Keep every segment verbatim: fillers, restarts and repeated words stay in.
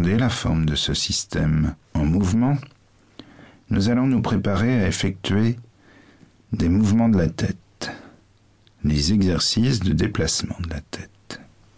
regarder la forme de ce système en mouvement, nous allons nous préparer à effectuer des mouvements de la tête, les exercices de déplacement de la tête.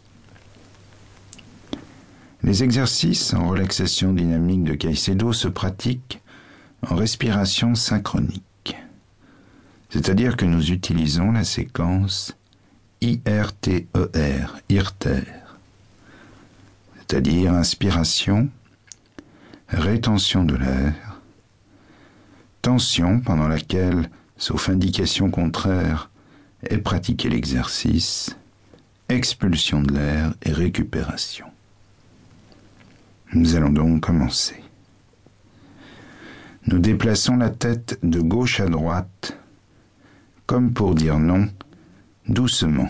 Les exercices en relaxation dynamique de Caicedo se pratiquent en respiration synchronique, c'est-à-dire que nous utilisons la séquence I R T E R, I R T E R, c'est-à-dire inspiration, rétention de l'air, tension pendant laquelle, sauf indication contraire, est pratiqué l'exercice, expulsion de l'air et récupération. Nous allons donc commencer. Nous déplaçons la tête de gauche à droite, comme pour dire non, doucement.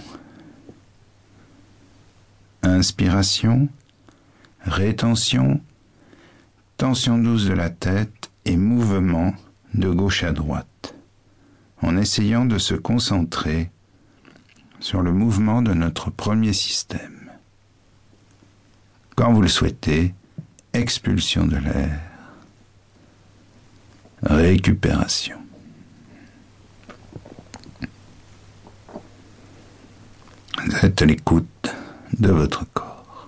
Inspiration, rétention, tension douce de la tête et mouvement de gauche à droite, en essayant de se concentrer sur le mouvement de notre premier système. Quand vous le souhaitez, expulsion de l'air, récupération. Vous êtes à l'écoute de votre corps.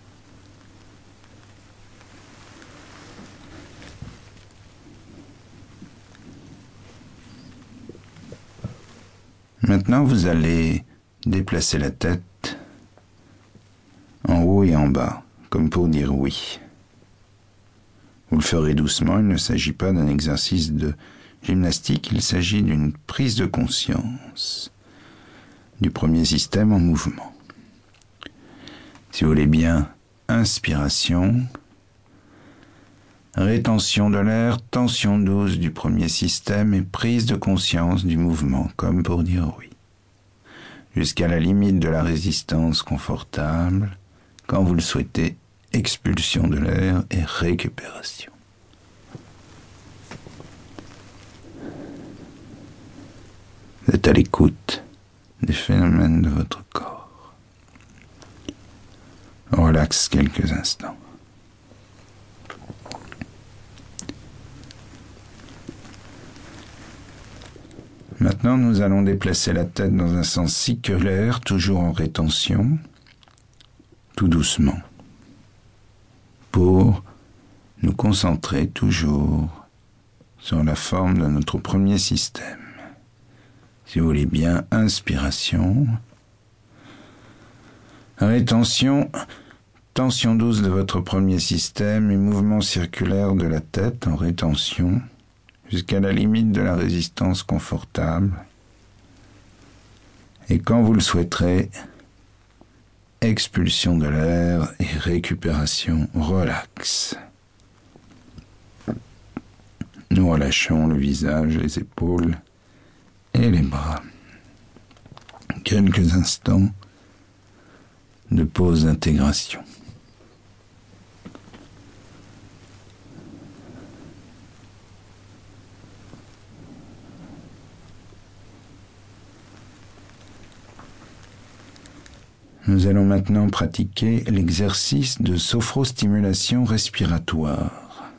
Maintenant, vous allez déplacer la tête en haut et en bas, comme pour dire oui. Vous le ferez doucement, il ne s'agit pas d'un exercice de gymnastique, il s'agit d'une prise de conscience du premier système en mouvement. Si vous voulez bien, inspiration, rétention de l'air, tension douce du premier système et prise de conscience du mouvement, comme pour dire oui. Jusqu'à la limite de la résistance confortable, quand vous le souhaitez, expulsion de l'air et récupération. Vous êtes à l'écoute des phénomènes de votre corps. On relaxe quelques instants. Maintenant, nous allons déplacer la tête dans un sens circulaire, toujours en rétention, tout doucement, pour nous concentrer toujours sur la forme de notre premier système. Si vous voulez bien, inspiration, rétention, tension douce de votre premier système et mouvement circulaire de la tête en rétention jusqu'à la limite de la résistance confortable. Et quand vous le souhaiterez, expulsion de l'air et récupération, relax. Nous relâchons le visage, les épaules et les bras. Quelques instants de pause d'intégration. Nous allons maintenant pratiquer l'exercice de sophrostimulation respiratoire.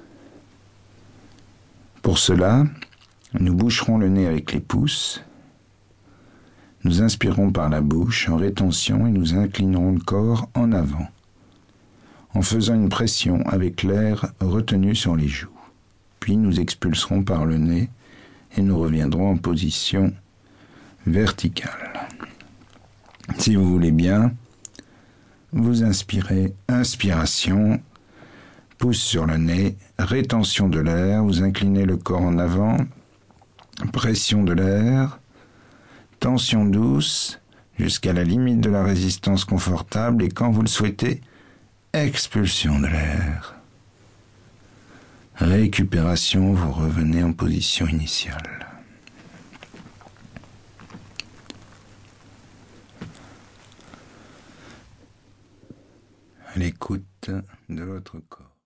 Pour cela, nous boucherons le nez avec les pouces, nous inspirons par la bouche en rétention et nous inclinerons le corps en avant, en faisant une pression avec l'air retenu sur les joues. Puis nous expulserons par le nez et nous reviendrons en position verticale. Si vous voulez bien, vous inspirez, inspiration, pouce sur le nez, rétention de l'air, vous inclinez le corps en avant, pression de l'air, tension douce jusqu'à la limite de la résistance confortable et quand vous le souhaitez, expulsion de l'air. Récupération, vous revenez en position initiale. À l'écoute de votre corps.